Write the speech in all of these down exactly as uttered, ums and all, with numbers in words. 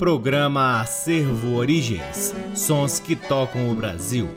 Programa Acervo Origens, sons que tocam o Brasil.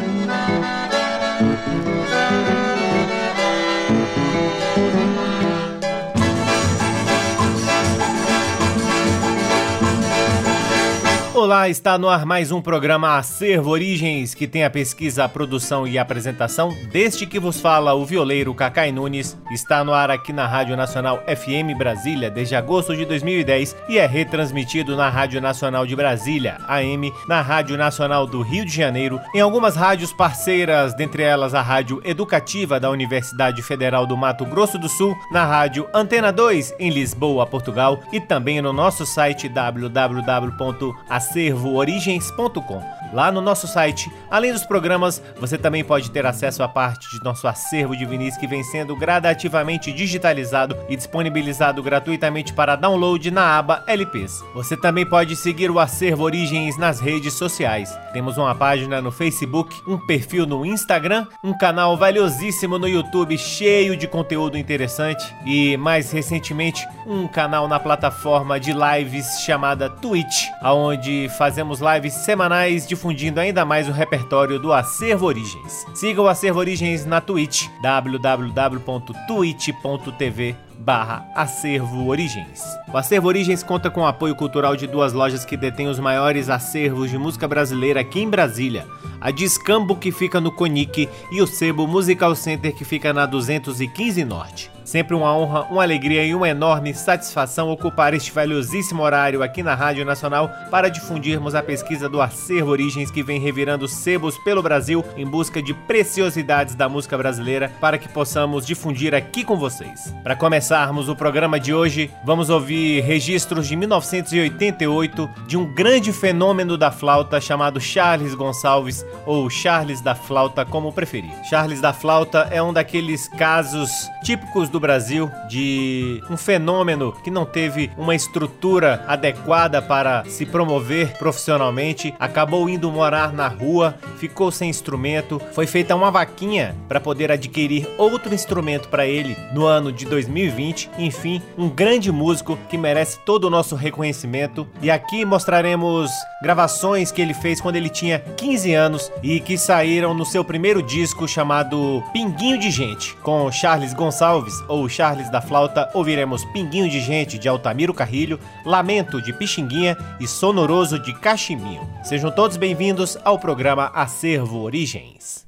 Olá, está no ar mais um programa Acervo Origens, que tem a pesquisa, a produção e a apresentação deste que vos fala o violeiro Cacai Nunes. Está no ar aqui na Rádio Nacional F M Brasília desde agosto de dois mil e dez e é retransmitido na Rádio Nacional de Brasília, A M, na Rádio Nacional do Rio de Janeiro, em algumas rádios parceiras, dentre elas a Rádio Educativa da Universidade Federal do Mato Grosso do Sul, na Rádio Antena dois em Lisboa, Portugal, e também no nosso site w w w ponto acervo origens ponto com. Lá no nosso site, além dos programas, você também pode ter acesso a parte de nosso acervo de vinis que vem sendo gradativamente digitalizado e disponibilizado gratuitamente para download na aba L Ps. Você também pode seguir o Acervo Origens nas redes sociais. Temos uma página no Facebook, um perfil no Instagram, um canal valiosíssimo no YouTube cheio de conteúdo interessante e, mais recentemente, um canal na plataforma de lives chamada Twitch, onde fazemos lives semanais difundindo ainda mais o repertório do Acervo Origens. Siga o Acervo Origens na Twitch, w w w ponto twitch ponto t v barra Acervo Origens. O Acervo Origens conta com o apoio cultural de duas lojas que detêm os maiores acervos de música brasileira aqui em Brasília: a Discambo, que fica no Conic, e o Sebo Musical Center, que fica na duzentos e quinze Norte. Sempre uma honra, uma alegria e uma enorme satisfação ocupar este valiosíssimo horário aqui na Rádio Nacional para difundirmos a pesquisa do Acervo Origens, que vem revirando sebos pelo Brasil em busca de preciosidades da música brasileira para que possamos difundir aqui com vocês. Para começarmos o programa de hoje, vamos ouvir registros de mil novecentos e oitenta e oito de um grande fenômeno da flauta chamado Charles Gonçalves, ou Charles da Flauta, como preferir. Charles da Flauta é um daqueles casos típicos do Brasil de um fenômeno que não teve uma estrutura adequada para se promover profissionalmente, acabou indo morar na rua, ficou sem instrumento, foi feita uma vaquinha para poder adquirir outro instrumento para ele no ano de dois mil e vinte. Enfim, um grande músico que merece todo o nosso reconhecimento, e aqui mostraremos gravações que ele fez quando ele tinha quinze anos e que saíram no seu primeiro disco chamado Pinguinho de Gente. Com Charles Gonçalves, ou Charles da Flauta, ouviremos Pinguinho de Gente, de Altamiro Carrilho, Lamento, de Pixinguinha e Sonoroso, de Cachimbinho. Sejam todos bem-vindos ao programa Acervo Origens.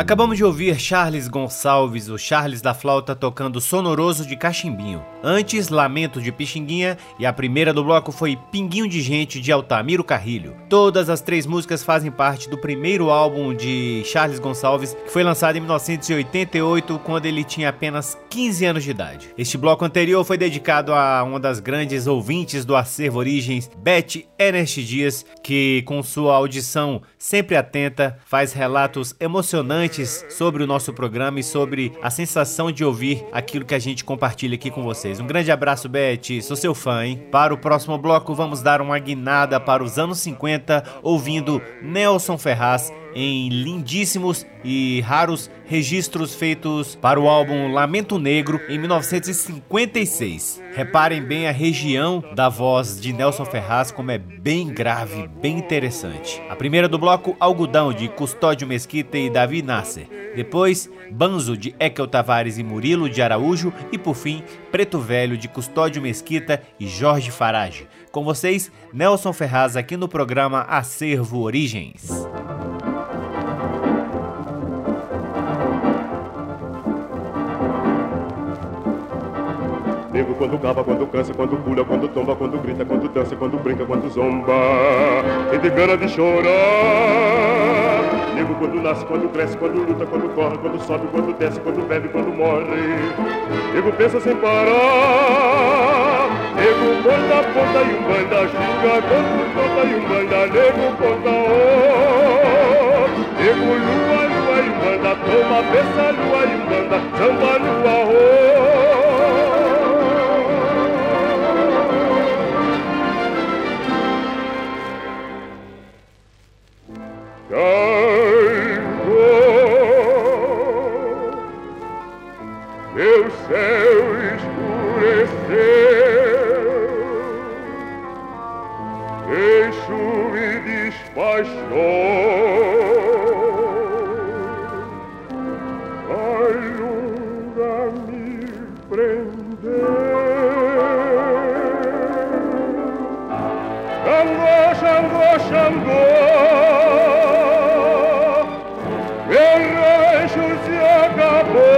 Acabamos de ouvir Charles Gonçalves, o Charles da Flauta, tocando Sonoroso de Cachimbinho. Antes, Lamento de Pixinguinha, e a primeira do bloco foi Pinguinho de Gente, de Altamiro Carrilho. Todas as três músicas fazem parte do primeiro álbum de Charles Gonçalves, que foi lançado em mil novecentos e oitenta e oito, quando ele tinha apenas quinze anos de idade. Este bloco anterior foi dedicado a uma das grandes ouvintes do Acervo Origens, Beth Ernest Dias, que com sua audição sempre atenta, faz relatos emocionantes sobre o nosso programa e sobre a sensação de ouvir aquilo que a gente compartilha aqui com vocês. Um grande abraço, Beth, sou seu fã, hein? Para o próximo bloco vamos dar uma guinada para os anos cinquenta, ouvindo Nelson Ferraz em lindíssimos e raros registros feitos para o álbum Lamento Negro em mil novecentos e cinquenta e seis. Reparem bem a região da voz de Nelson Ferraz, como é bem grave, bem interessante. A primeira do bloco, Algodão, de Custódio Mesquita e Davi Nasser. Depois, Banzo, de Ekel Tavares e Murilo de Araújo. E por fim, Preto Velho, de Custódio Mesquita e Jorge Farage. Com vocês, Nelson Ferraz, aqui no programa Acervo Origens. Nego quando cava, quando cansa, quando pula, quando tomba, quando grita, quando dança, quando brinca, quando zomba, e de gana de chorar. Nego quando nasce, quando cresce, quando luta, quando corre, quando sobe, quando desce, quando bebe, quando morre. Nego pensa sem parar. Nego conta, conta e um banda, xinga, conta, conta e um banda. Nego conta, oh. Nego lua, lua e um banda, toma, pensa, lua e um banda, samba no arroz. Meu céu escureceu, deixo-me despachou, a lua me prendeu. Xangô, Xangô, Xangô, meu rancho se acabou.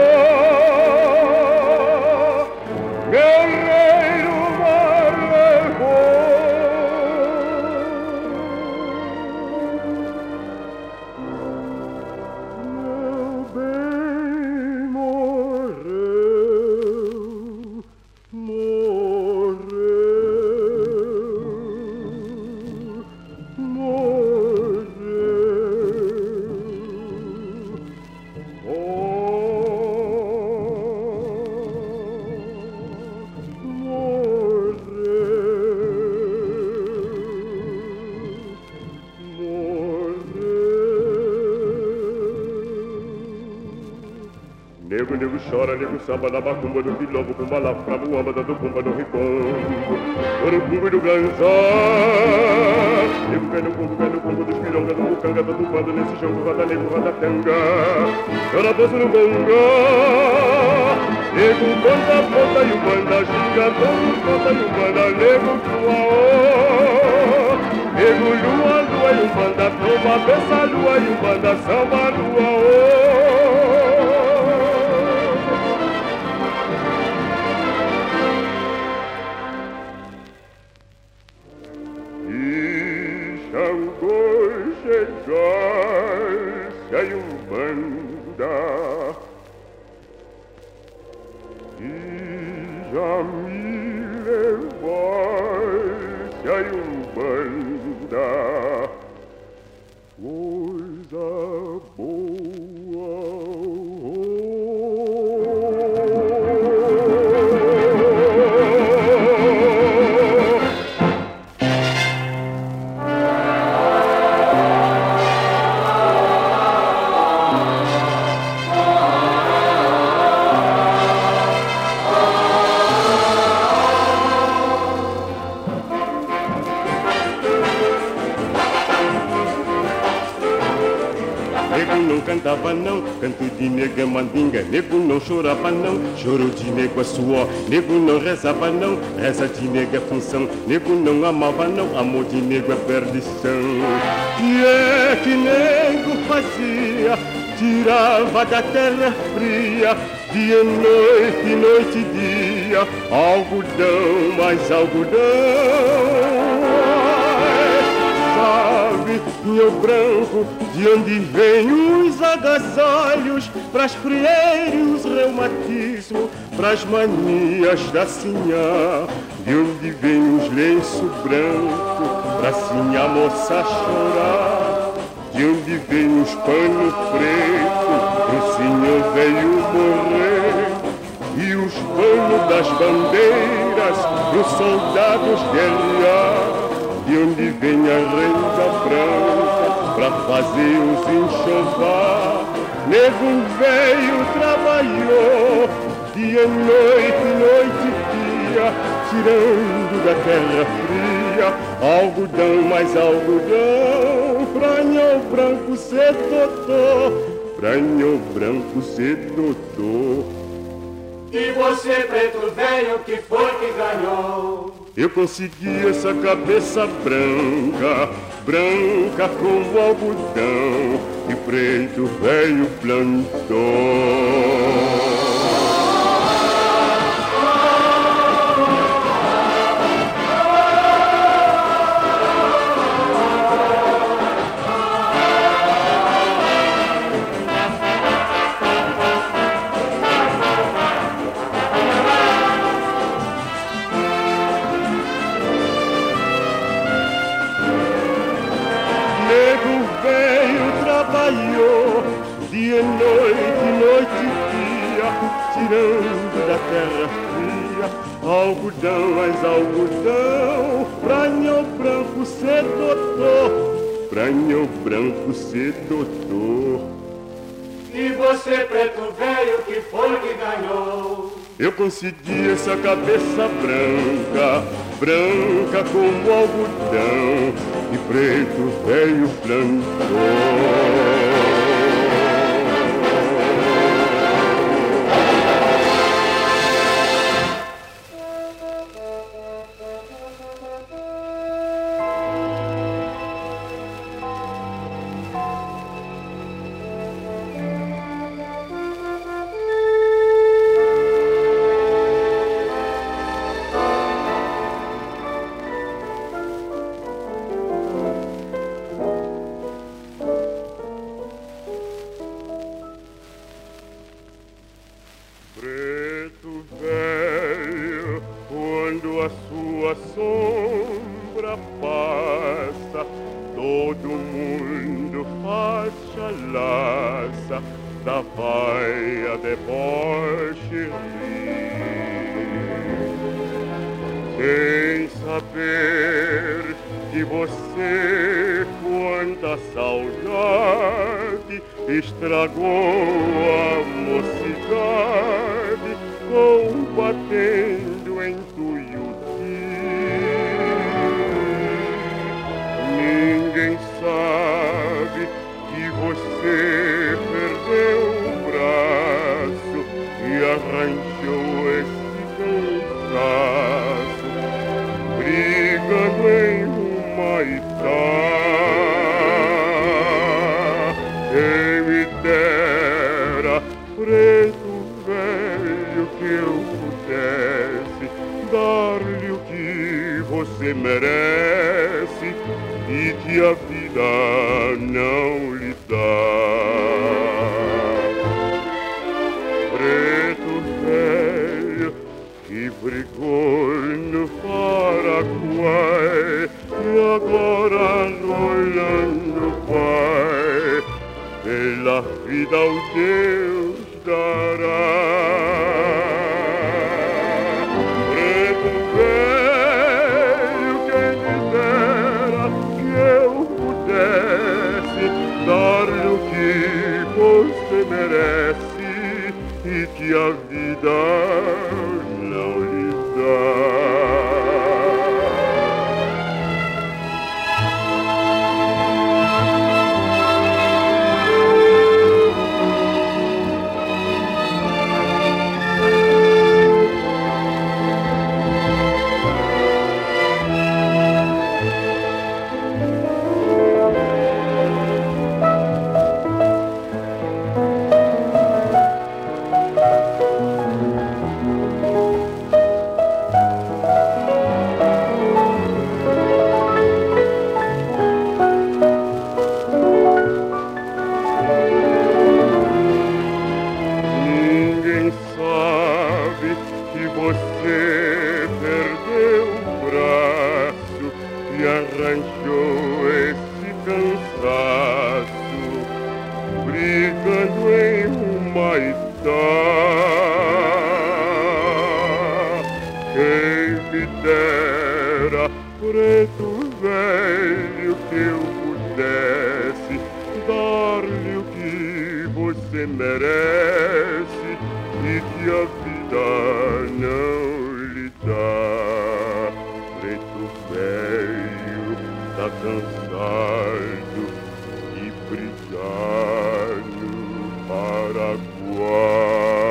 Chora, nego samba na macumba do quilombo, cumba lá, pra muamba, do cumba no rincon, do cumba e do ganzá. Nego cai no cumbo, cai no cumbo dos pironga, do mucanga, do bando, nesse jogo, roda nego, roda tanga, chora doce no bonga. Nego conta, conta e o banda, ginga, todos conta e o banda, nego cuaô. Nego lua, lua e o banda, toma, pensa, lua e o banda, samba no aô. Chegar-se a Umbanda e já me levar-se a Umbanda, coisa boa. Cantava não, canto de nega mandinga, nego não chorava não, choro de nego é suor, nego não rezava não, reza de nega é função, nego não amava não, amor de nego é perdição. E é que nego fazia, tirava da terra fria, dia, noite, noite e dia, algodão, mais algodão. Sabe, meu branco, de onde vêm os agasalhos, pras frieiros, reumatismo, pras manias da sinhá, de onde vêm os lenços brancos, pra sinhá moça chorar, de onde vêm os panos pretos, pro senhor veio morrer, e os panos das bandeiras, pros soldados guerrear, de onde vem a renda branca, pra fazer os enxovar. Nego veio, trabalhou, dia, noite, noite e dia, tirando da terra fria, algodão, mais algodão, franho branco cê totô, franho branco cê totô. E você, preto velho, que foi que ganhou? Eu consegui essa cabeça branca, branca como algodão, e preto velho plantou. Dia, noite, noite e dia, tirando da terra fria, algodão, mais algodão, pranho branco cê totô, pranho branco cê totô. E você, preto velho, que foi que ganhou? Eu consegui essa cabeça branca, branca como algodão, e preto velho plantou. desranchou esse cansaço, brigando em Humaitá. Quem me dera, preto velho, que eu pudesse dar-lhe o que você merece e que a vida não lhe dá. Preto velho, tá cansado de brigar no Paraguai.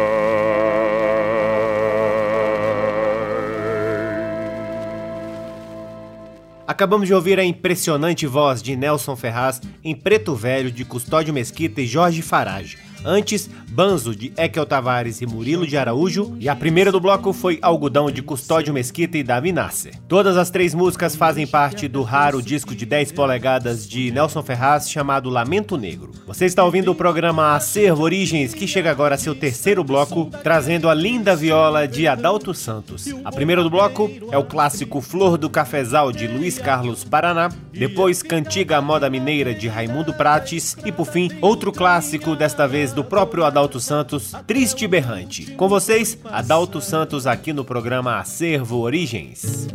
Acabamos de ouvir a impressionante voz de Nelson Ferraz em Preto Velho, de Custódio Mesquita e Jorge Farage. Antes, Banzo, de Ekel Tavares e Murilo de Araújo. E a primeira do bloco foi Algodão, de Custódio Mesquita e Davi Nasser. Todas as três músicas fazem parte do raro disco de dez polegadas de Nelson Ferraz, chamado Lamento Negro. Você está ouvindo o programa Acervo Origens, que chega agora a seu terceiro bloco, trazendo a linda viola de Adalto Santos. A primeira do bloco é o clássico Flor do Cafezal, de Luiz Carlos Paraná. Depois, Cantiga Moda Mineira, de Raimundo Prates. E por fim, outro clássico, desta vez do próprio Adalto Santos, Triste Berrante. Com vocês, Adalto Santos, aqui no programa Acervo Origens.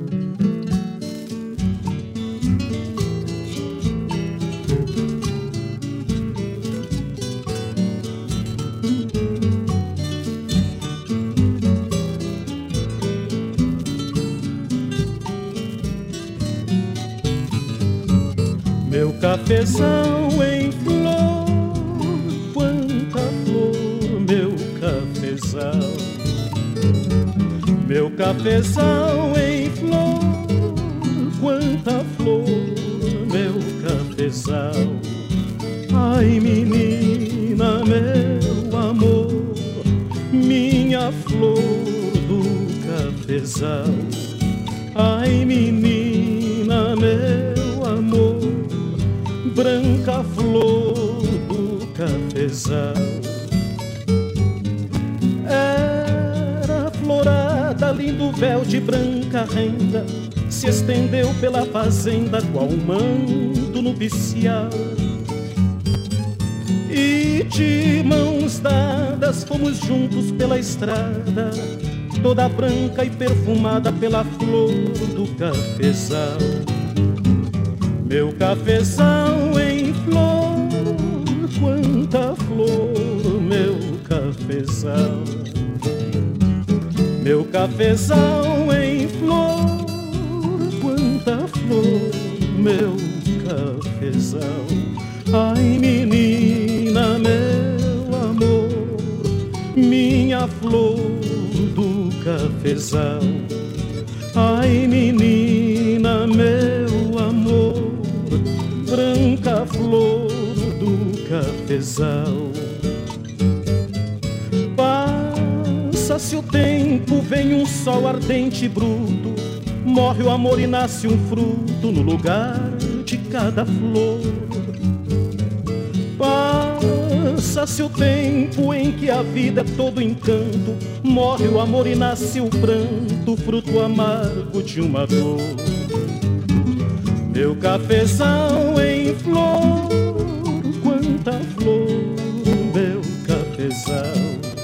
Meu cafezal em flor, quanta flor, meu cafezal. Meu cafezal em flor, quanta flor, meu cafezal. Ai, menina, meu amor, minha flor do cafezal. Ai, menina, meu amor, branca flor do cafezal. Era florada, lindo véu de branca renda, se estendeu pela fazenda qual um manto nupcial. E de mãos dadas fomos juntos pela estrada, toda branca e perfumada pela flor do cafezal. Meu cafezal em flor, quanta flor, meu cafezal. Meu cafezal em flor, quanta flor, meu cafezal. Ai, menina, meu amor, minha flor do cafezal. Ai, menina, meu amor, branca flor do cafezal. Passa-se o tempo, vem um sol ardente e bruto, morre o amor e nasce um fruto no lugar de cada flor. Passa-se o tempo em que a vida é todo encanto, morre o amor e nasce o pranto, fruto amargo de uma dor. Meu cafezal em flor, quanta flor, meu cafezal.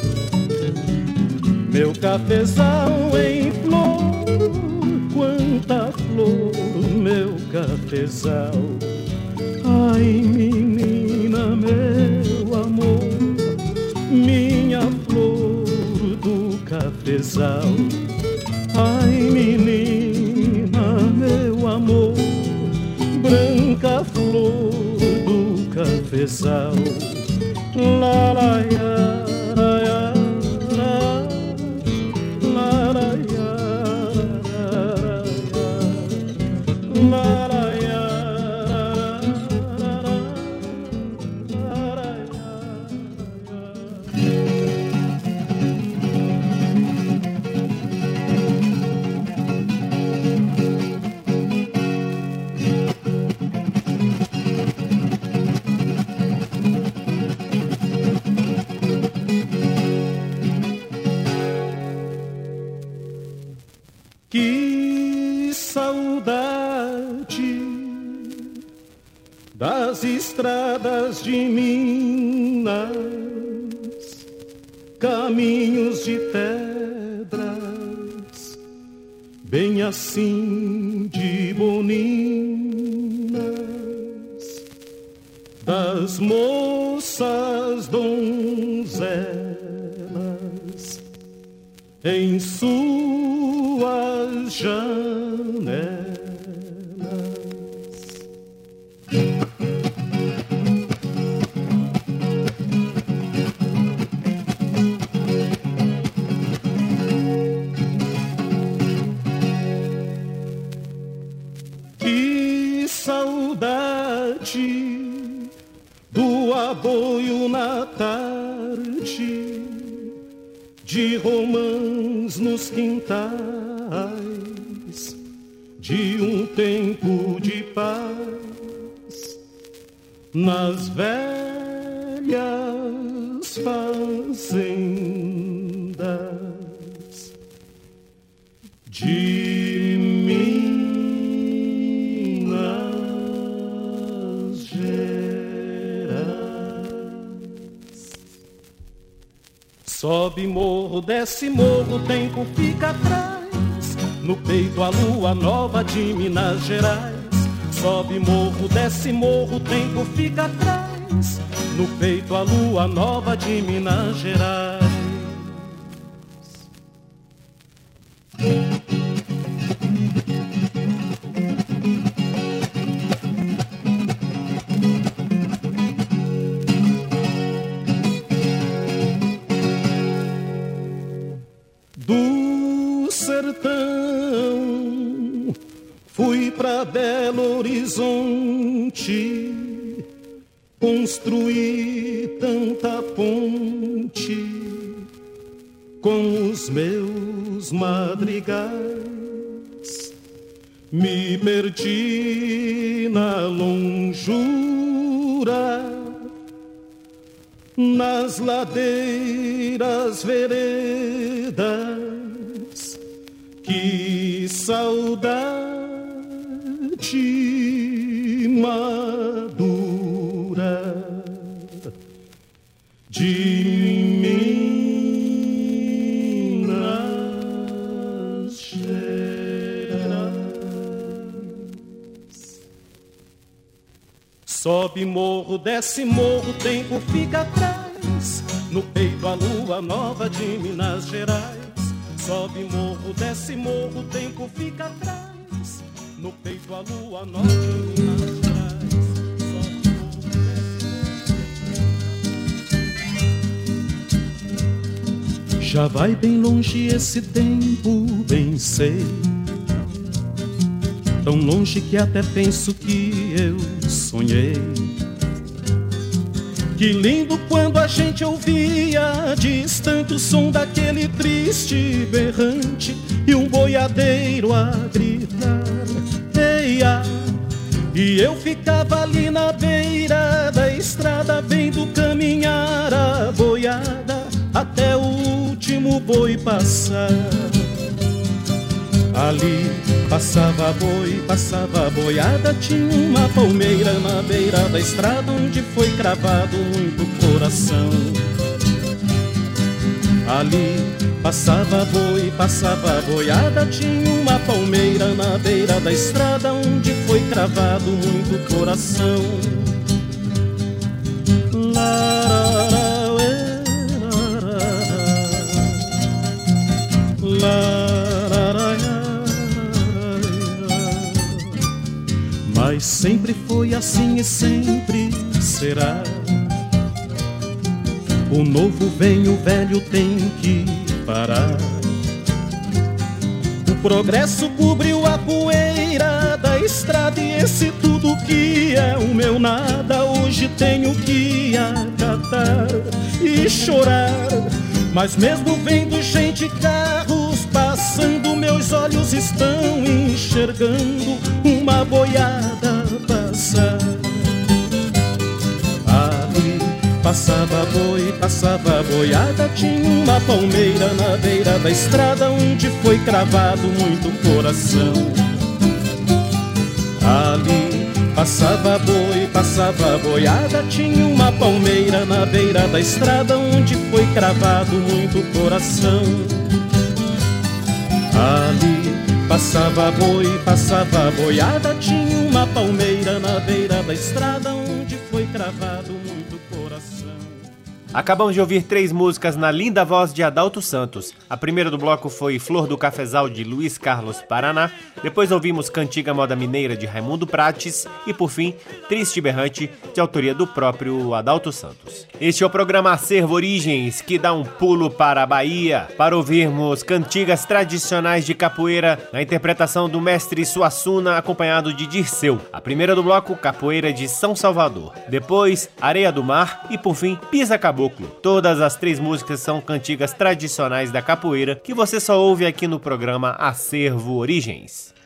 Meu cafezal em flor, quanta flor, meu cafezal. Ai, menina, meu amor, minha flor do cafezal. Ai, menina, meu amor, branca flor do cafezal. La la ya, la ya, la, la la ya, la la la ya, la la la Que saudade das estradas de Minas, caminhos de pedras, bem assim de boninas, das moças donzelas em suas janelas. Que saudade do aboio na tarde, de romãs nos quintais, de um tempo de paz, nas velhas fazendas de Minas Gerais. Sobe morro, desce morro, o tempo fica atrás, no peito a lua nova de Minas Gerais. Sobe morro, desce morro, o tempo fica atrás, no peito a lua nova de Minas Gerais. Do sertão fui pra Belo Horizonte, construí tanta ponte com os meus madrigais. Me perdi na longura, nas ladeiras veredas. Que saudade madura de Minas Gerais. Sobe morro, desce morro, o tempo fica atrás, no peito a lua nova de Minas Gerais. Sobe morro, desce morro, o tempo fica atrás, no peito a lua nova de Minas Gerais. Sobe morro, desce. Já vai bem longe esse tempo, bem sei, tão longe que até penso que eu sonhei. Que lindo quando a gente ouvia distante o som daquele triste berrante e um boiadeiro a gritar, eia! E eu ficava ali na beira da estrada vendo caminhar a boiada até o último boi passar. Ali passava boi, passava boiada, tinha uma palmeira na beira da estrada onde foi cravado muito coração. Ali passava boi, passava boiada, tinha uma palmeira na beira da estrada onde foi cravado muito coração. Mas sempre foi assim e sempre será. O novo vem, o velho tem que parar. O progresso cobriu a poeira da estrada e esse tudo que é o meu nada hoje tenho que acatar e chorar. Mas mesmo vendo gente, carros passando, meus olhos estão enxergando uma boiada passar. Ali passava boi, passava boiada, tinha uma palmeira na beira da estrada onde foi cravado muito coração. Passava boi, passava boiada, tinha uma palmeira na beira da estrada onde foi cravado muito coração. Ali passava boi, passava boiada, tinha uma palmeira na beira da estrada onde foi cravado muito coração. Acabamos de ouvir três músicas na linda voz de Adalto Santos. A primeira do bloco foi Flor do Cafezal, de Luiz Carlos Paraná. Depois ouvimos Cantiga Moda Mineira, de Raimundo Prates. E por fim, Triste Berrante, de autoria do próprio Adalto Santos. Este é o programa Acervo Origens, que dá um pulo para a Bahia, para ouvirmos cantigas tradicionais de capoeira na interpretação do mestre Suassuna, acompanhado de Dirceu. A primeira do bloco, Capoeira de São Salvador. Depois, Areia do Mar e por fim, Pisa Caboclo. Todas as três músicas são cantigas tradicionais da capoeira que você só ouve aqui no programa Acervo Origens.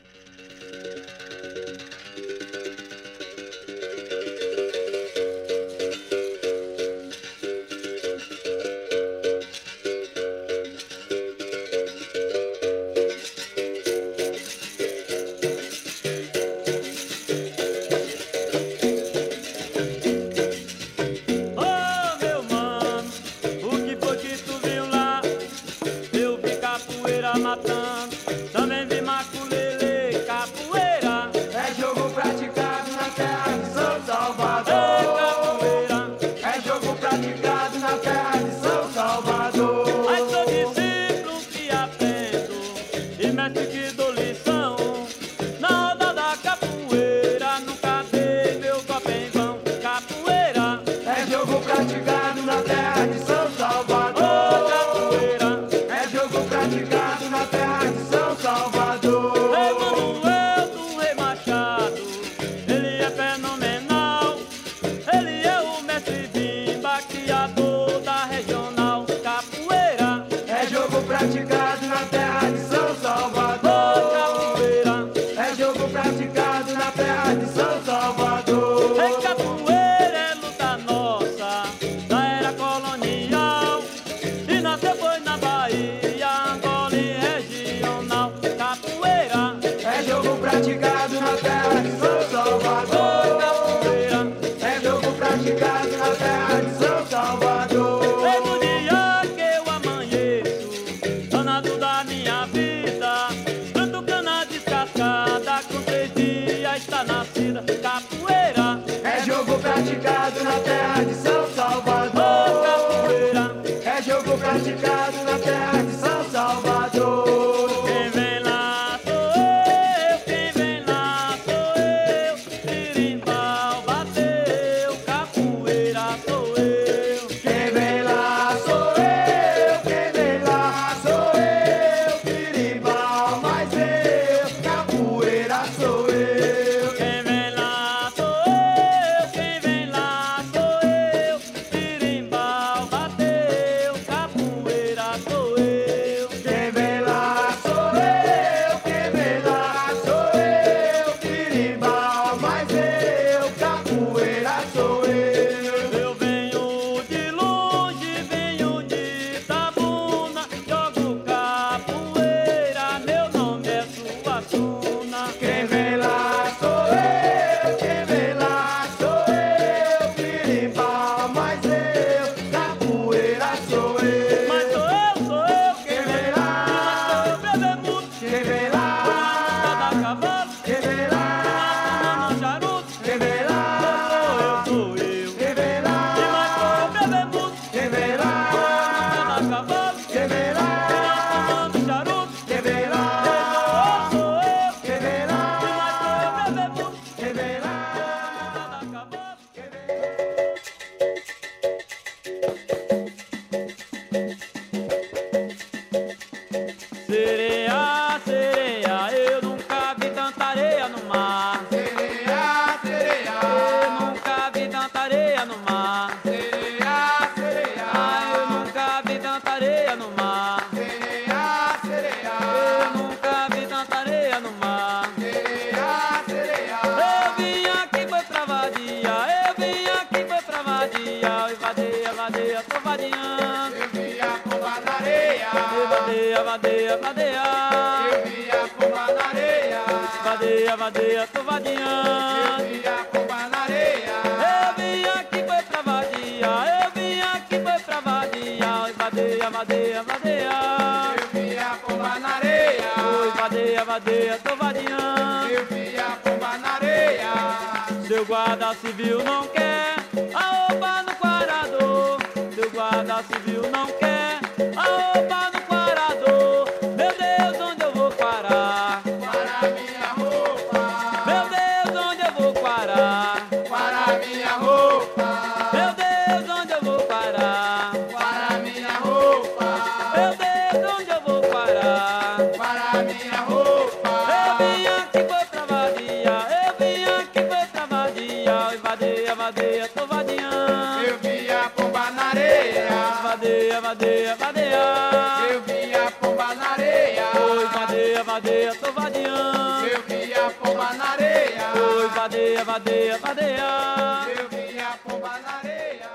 Matando, também vi maculele, capoeira. É jogo praticado na terra de São Salvador. É capoeira. É jogo praticado na terra de São Salvador. Aí sou discípulo que aprendo e mestre que dou lição. Na roda da capoeira nunca dei meu copo em vão. Capoeira. É jogo praticado na terra de São Salvador. Praticado na terra de São Salvador. Capoeira. É jogo praticado na terra de São Salvador. É capoeira, é luta nossa da era colonial. E nasceu foi na Bahia, Angola e regional. Capoeira. É jogo praticado na terra de São Salvador. Capoeira. É jogo praticado na terra de São Salvador. Está nascida capoeira. É jogo praticado na terra de São Salvador. Capoeira. É jogo praticado na terra de São Salvador. Quem vem lá sou eu, quem vem lá sou eu. Birimbau bateu, capoeira sou eu. Quem vem lá sou eu, quem vem lá sou eu. Birimbau mais eu, capoeira sou eu. Sereia, sereia, eu nunca vi tanta areia no mar. Sereia, sereia, eu nunca vi tanta areia no mar. Sereia, sereia, ah, eu nunca vi tanta areia no mar. Sereia, sereia, eu nunca vi tanta areia no mar. Sereia, sereia, eu vim aqui foi pra vadia, eu vim aqui foi pra vadia. Evadeia, vadeia, tô vadiando. Eu vim a pomba na areia. Vadeia, vadeia, vadeia. Eu vi a pomba na areia. Vadeia, vadeia, tô vadia. Eu vi a pomba na areia. Eu vim aqui foi pra vadia. Eu vim aqui foi pra vadia. Oi, vadeia, vadeia, vadeia. Eu vi a pomba na areia. Oi, vadeia, vadeia, tô vadiando. Eu vi a pomba na areia. Seu guarda civil não quer a oba no quarador. Seu guarda civil não quer a oba no quarador. Meu Deus, onde eu vou parar? Para minha roupa. Meu Deus, onde eu vou parar? Para minha roupa. Meu Deus, onde eu vou parar? Para minha roupa. Meu Deus, onde eu vou parar? Para minha roupa. Eu vim aqui foi pra vadia. Eu vim aqui foi pra vadia. Oi, vadeia, vadeia, tô vadiando. Eu vi a pomba na areia. Vadeia, vadeia, vadeia. Eu vi a pomba na areia. Oi, vadeia, vadeia, tô vadiando. Eu vi a pomba na areia. Oi, vadeia, vadeia, vadeia. Eu vi a pomba na areia.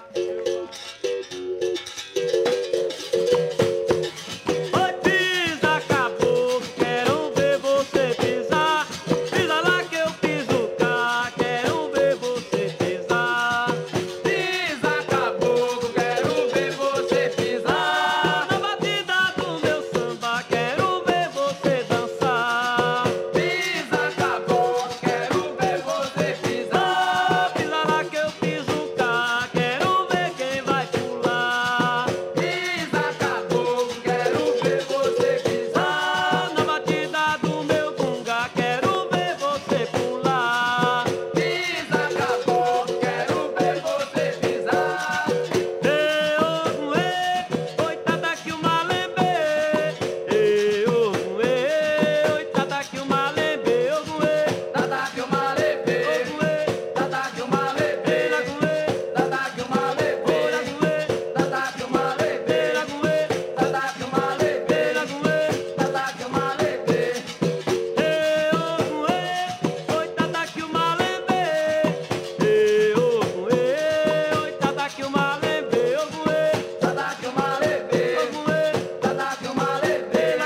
Oi, pisa, caboclo, quero ver você pisar. Pisa lá que eu piso cá, quero ver você pisar. Pisa, caboclo, quero ver você pisar. Na batida do meu samba, quero ver você dançar. Pisa, caboclo, quero ver você pisar. Ah, pisa lá que eu piso cá, quero ver quem vai pular. Pisa, caboclo, quero ver você pisar. Ah, na batida do meu gunga, quero ver você pular. Pisa, caboclo, quero ver você pisar. Eu não oitada que o malembe. Eu não oitada que o malembe. Eu não Tata que uma leve, tata que uma leve, tata que uma leve, tata que uma leve, tata que uma leve, tata que uma leve. oitada que o malembe. Eu não oitada que o malembe. Eu não Tata que uma leve, tata que uma leve,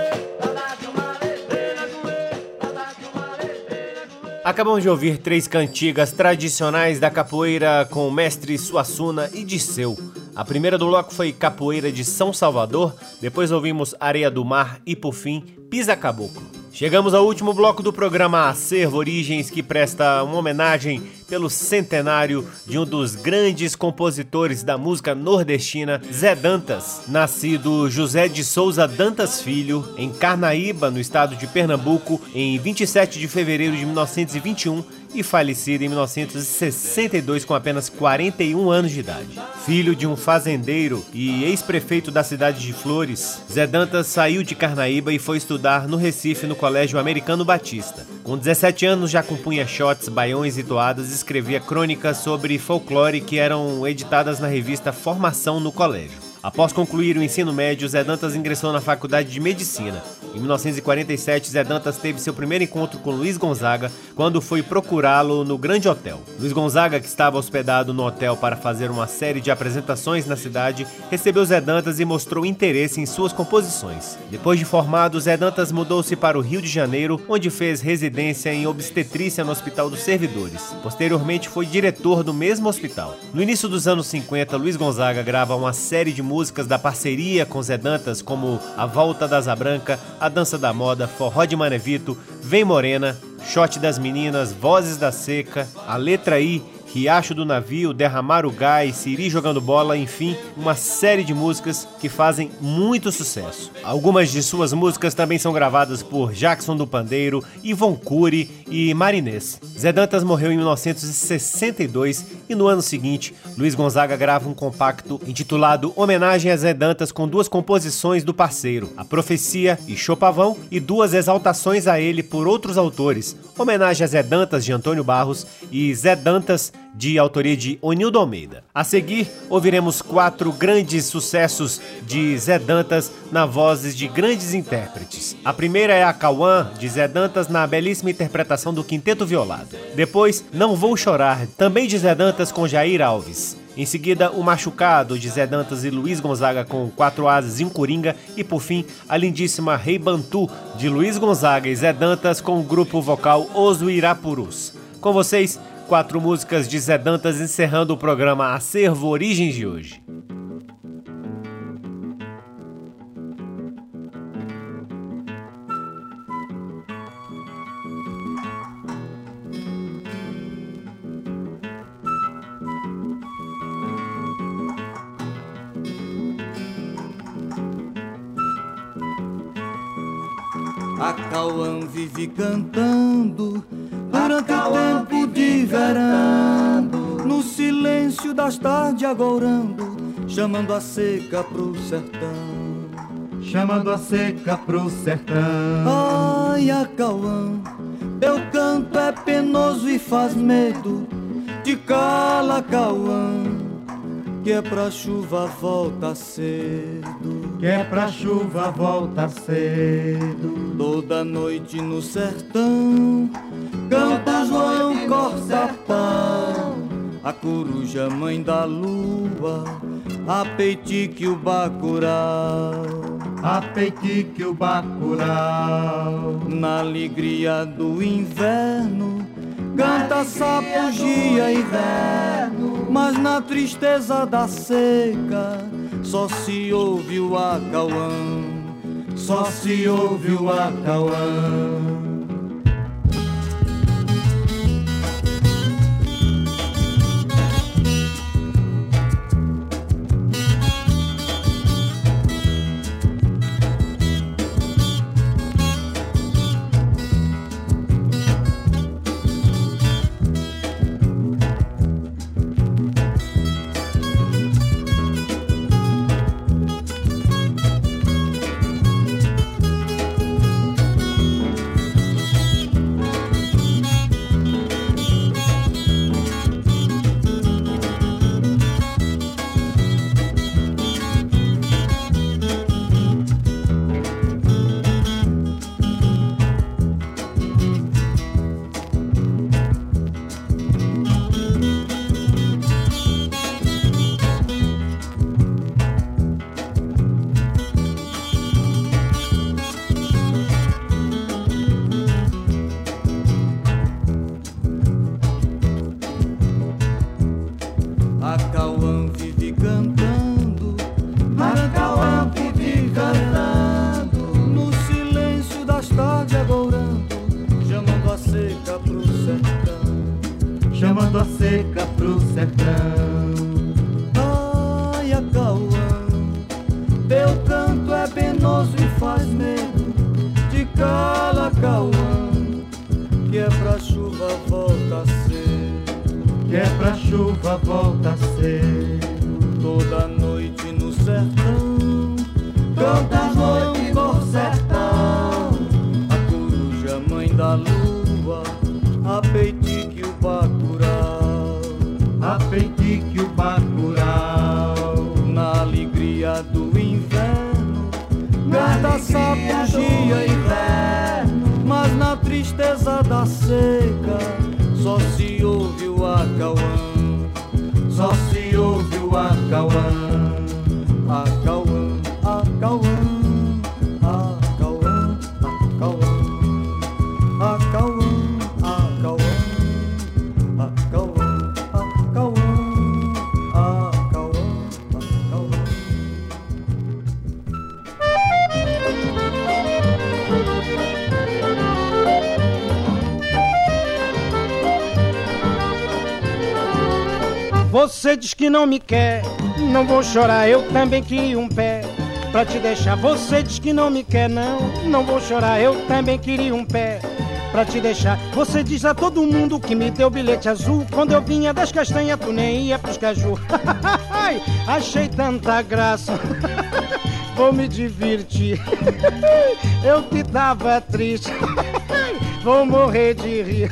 tata que uma leve, tata que uma leve. Acabamos de ouvir três cantigas tradicionais da capoeira com o mestre Suassuna e Disseu. A primeira do bloco foi Capoeira de São Salvador, depois ouvimos Areia do Mar e, por fim, Pisa Caboclo. Chegamos ao último bloco do programa Acervo Origens, que presta uma homenagem pelo centenário de um dos grandes compositores da música nordestina, Zé Dantas, nascido José de Souza Dantas Filho, em Carnaíba, no estado de Pernambuco, em vinte e sete de fevereiro de mil novecentos e vinte e um e falecido em mil novecentos e sessenta e dois com apenas quarenta e um anos de idade. Filho de um fazendeiro e ex-prefeito da cidade de Flores, Zé Dantas saiu de Carnaíba e foi estudar no Recife no Colégio Americano Batista. Com dezessete anos já compunha shots, baiões e toadas e escrevia crônicas sobre folclore que eram editadas na revista Formação no colégio. Após concluir o ensino médio, Zé Dantas ingressou na Faculdade de Medicina. Em mil novecentos e quarenta e sete, Zé Dantas teve seu primeiro encontro com Luiz Gonzaga quando foi procurá-lo no Grande Hotel. Luiz Gonzaga, que estava hospedado no hotel para fazer uma série de apresentações na cidade, recebeu Zé Dantas e mostrou interesse em suas composições. Depois de formado, Zé Dantas mudou-se para o Rio de Janeiro, onde fez residência em obstetrícia no Hospital dos Servidores. Posteriormente, foi diretor do mesmo hospital. No início dos anos cinquenta, Luiz Gonzaga grava uma série de músicas da parceria com Zé Dantas, como A Volta da Asa Branca, A Dança da Moda, Forró de Manevito, Vem Morena, Shot das Meninas, Vozes da Seca, A Letra I, Riacho do Navio, Derramar o Gás, Siri Jogando Bola, enfim, uma série de músicas que fazem muito sucesso. Algumas de suas músicas também são gravadas por Jackson do Pandeiro, Ivon Cury e Marinês. Zé Dantas morreu em mil novecentos e sessenta e dois e no ano seguinte, Luiz Gonzaga grava um compacto intitulado Homenagem a Zé Dantas com duas composições do parceiro, A Profecia e Chopavão, e duas exaltações a ele por outros autores, Homenagem a Zé Dantas de Antônio Barros e Zé Dantas de autoria de Onildo Almeida. A seguir, ouviremos quatro grandes sucessos de Zé Dantas na vozes de grandes intérpretes. A primeira é a Cauã, de Zé Dantas, na belíssima interpretação do Quinteto Violado. Depois, Não Vou Chorar, também de Zé Dantas com Jair Alves. Em seguida, O Machucado, de Zé Dantas e Luiz Gonzaga, com Quatro Asas e um Coringa. E por fim, a lindíssima Rei Bantu, de Luiz Gonzaga e Zé Dantas, com o grupo vocal Os Uirapurus. Com vocês, quatro músicas de Zé Dantas encerrando o programa Acervo Origens de hoje. A Cauã vive cantando durante o tempo de verão, no silêncio das tardes agourando, chamando a seca pro sertão, chamando a seca pro sertão. Ai, a Cauã, teu canto é penoso e faz medo, te cala, Cauã, que é pra chuva volta cedo, que é pra chuva volta cedo. Toda noite no sertão canta João Corsertão, a coruja mãe da lua, a peitique o bacurau, a peitique o bacurau. Na alegria do inverno canta sapugia e inverno, mas na tristeza da seca só se ouve o acauã, só se ouve o acauã. Chamando a seca pro sertão. Ai, Acauã, teu canto é penoso e faz medo, te cala, Acauã, que é pra chuva volta cedo, que é pra chuva volta cedo. Toda noite no sertão canta João Corsertão, a coruja mãe da lua, a peitique o bacurau, a peitique o bacurau. Na alegria do inverno canta sapugia e inverno, mas na tristeza da seca só se ouve o acauã, só se ouve o acauã. Acauã, acauã, acauã, acauã, acauã, acauã, acauã, acauã, acauã, acauã. Você diz que não me quer, não vou chorar, eu também queria um pé pra te deixar. Você diz que não me quer, não, não vou chorar, eu também queria um pé pra te deixar. Você diz a todo mundo que me deu bilhete azul, quando eu vinha das castanhas tu nem ia pros caju. Achei tanta graça, vou me divertir. Eu que tava triste, vou morrer de rir.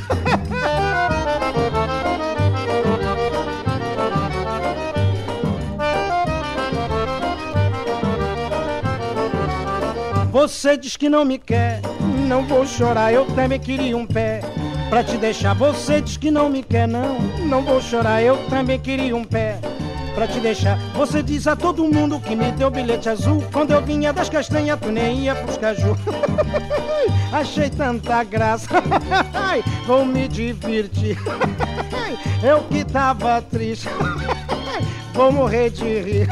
Você diz que não me quer, não vou chorar, eu também queria um pé pra te deixar. Você diz que não me quer, não, não vou chorar, eu também queria um pé pra te deixar. Você diz a todo mundo que me deu bilhete azul. Quando eu vinha das castanhas, tu nem ia pros caju. Achei tanta graça, vou me divertir. Eu que tava triste, vou morrer de rir.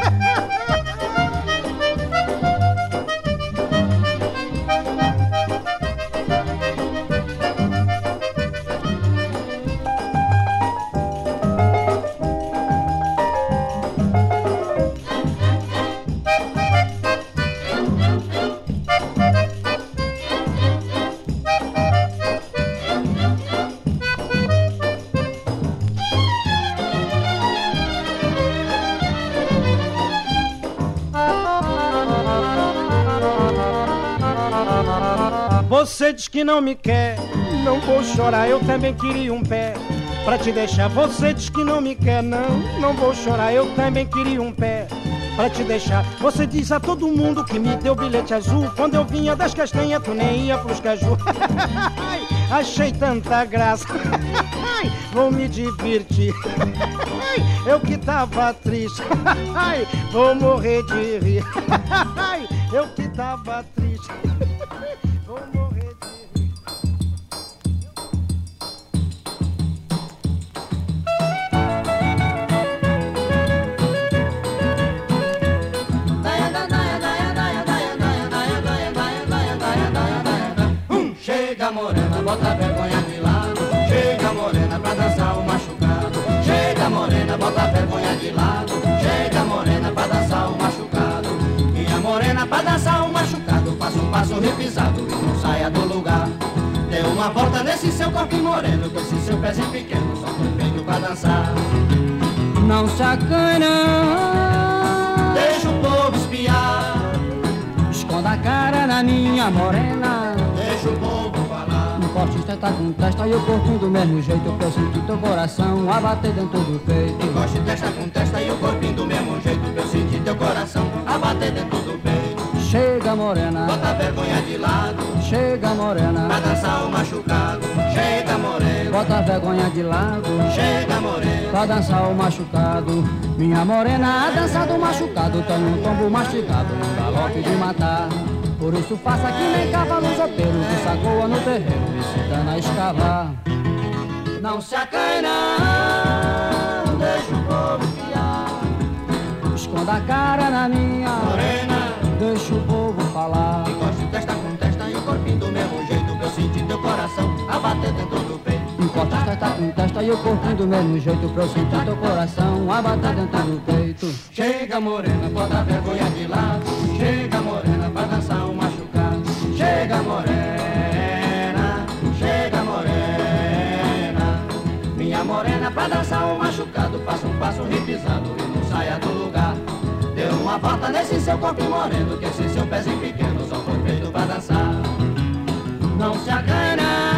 Você diz que não me quer, não vou chorar, eu também queria um pé pra te deixar. Você diz que não me quer, não, não vou chorar, eu também queria um pé pra te deixar. Você diz a todo mundo que me deu bilhete azul. Quando eu vinha das castanhas, tu nem ia pros caju. Achei tanta graça, vou me divertir. Eu que tava triste, vou morrer de rir. Eu que tava triste, vou morrer de rir. Chega morena, bota a vergonha de lado. Chega morena pra dançar o machucado. Chega morena, bota a vergonha de lado. Chega morena pra dançar o machucado. Minha morena pra dançar o machucado. Faça um passo repisado e não saia do lugar. Dê uma volta nesse seu corpo moreno, com esse seu pezinho pequeno, só foi feito pra dançar. Não sacana, deixa o povo espiar. Esconda a cara na minha morena, deixa o povo falar. No corte testa com testa e o corpinho do mesmo jeito, pra eu sentir teu coração a bater dentro do peito. Encoste testa com testa e o corpinho do mesmo jeito, pra eu sentir teu coração a bater dentro do peito. Chega morena, bota a vergonha de lado. Chega morena, pra dançar o machucado. Chega morena, bota a vergonha de lado. Chega morena, pra dançar o machucado. Minha morena, a dança do machucado tem um tombo mastigado e um galope de matar. Por isso faça que nem cavalo zoteiro que sacoa no terreiro e se dana a escavar. Não se acanhe não, deixa o povo criar. Esconda a cara na minha morena, deixa o povo falar. Encoste testa com testa e o corpinho do mesmo jeito, pra eu sentir teu coração a bater dentro do peito. Encoste testa com testa e o corpinho do mesmo jeito, pra eu sentir teu coração a bater dentro do peito. Chega morena, bota a vergonha de lado. Chega morena pra dançar o machucado. Chega morena, chega morena. Minha morena pra dançar o machucado. Faça um passo repisado e não saia do lugar. Dê uma volta nesse seu corpo moreno, que esse seu pezinho pequeno só foi feito pra dançar. Não se acanhe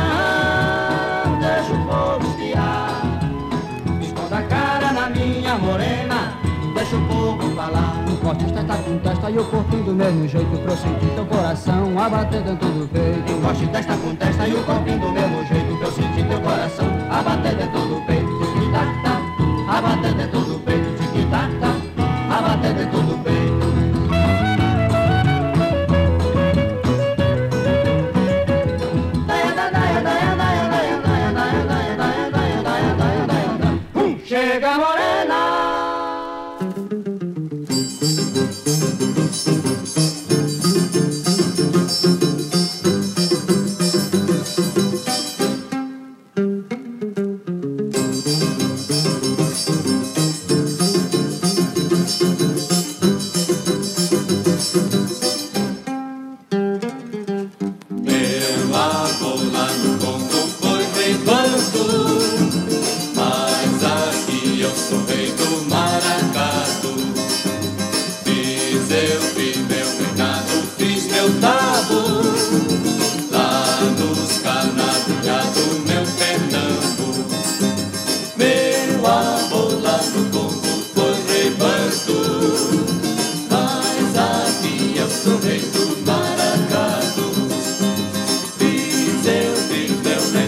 não, deixa o povo espiar. Esconda a cara na minha morena, deixa o povo falar. Encoste testa com testa e o corpinho do mesmo jeito, pra eu sentir teu coração a bater dentro do peito. Encoste testa com testa e o corpinho do mesmo jeito, pra eu sentir teu coração a bater dentro do peito. Tic-tac-tac, a bater dentro do peito. Tic-tac-tac, a bater dentro do peito. Chega morena.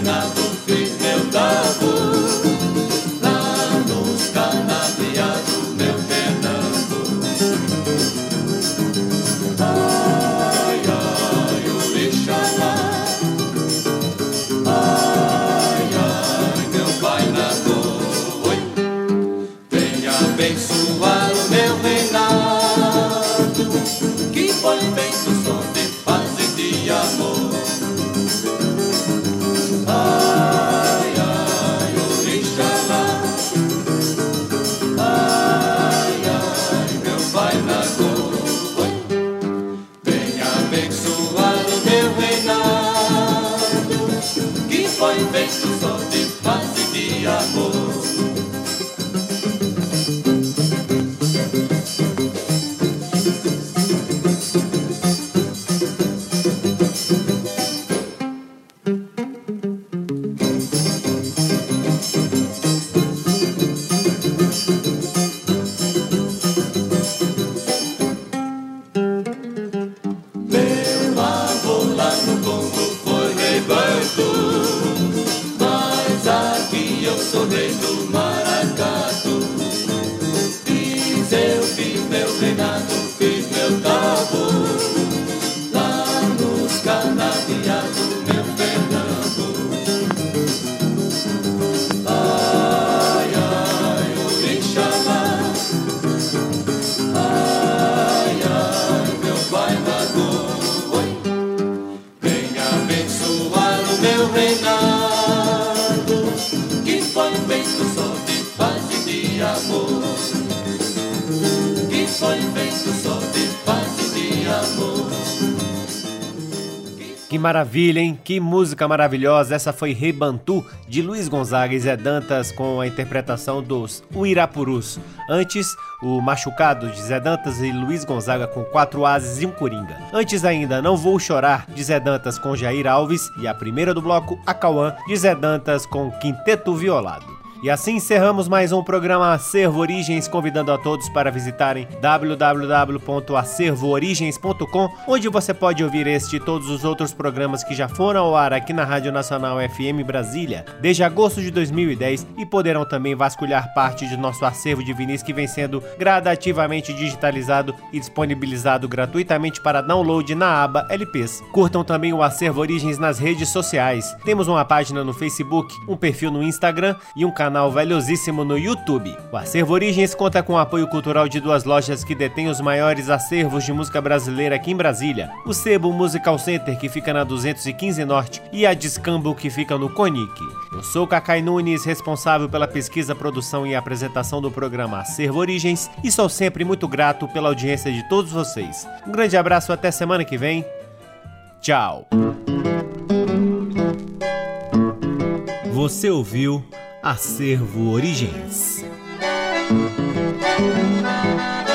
Fiz meu dado lá nos canaviados. feito só de paz e de amor. Que maravilha, hein? Que música maravilhosa! Essa foi Rebantu, de Luiz Gonzaga e Zé Dantas, com a interpretação dos Uirapurus. Antes, o Machucado, de Zé Dantas e Luiz Gonzaga, com quatro ases e um coringa. Antes ainda, Não Vou Chorar, de Zé Dantas com Jair Alves. E a primeira do bloco, Acauã, de Zé Dantas com Quinteto Violado. E assim encerramos mais um programa Acervo Origens, convidando a todos para visitarem w w w ponto acervo origens ponto com, onde você pode ouvir este e todos os outros programas que já foram ao ar aqui na Rádio Nacional F M Brasília desde agosto de dois mil e dez, e poderão também vasculhar parte de nosso acervo de vinis que vem sendo gradativamente digitalizado e disponibilizado gratuitamente para download na aba L Ps. Curtam também o Acervo Origens nas redes sociais. Temos uma página no Facebook, um perfil no Instagram e um canal canal valiosíssimo no YouTube. O Acervo Origens conta com o apoio cultural de duas lojas que detêm os maiores acervos de música brasileira aqui em Brasília: o Sebo Musical Center, que fica na duzentos e quinze Norte, e a Discambo, que fica no Conic. Eu sou o Cacai Nunes, responsável pela pesquisa, produção e apresentação do programa Acervo Origens, e sou sempre muito grato pela audiência de todos vocês. Um grande abraço, até semana que vem. Tchau. Você ouviu Acervo Origens.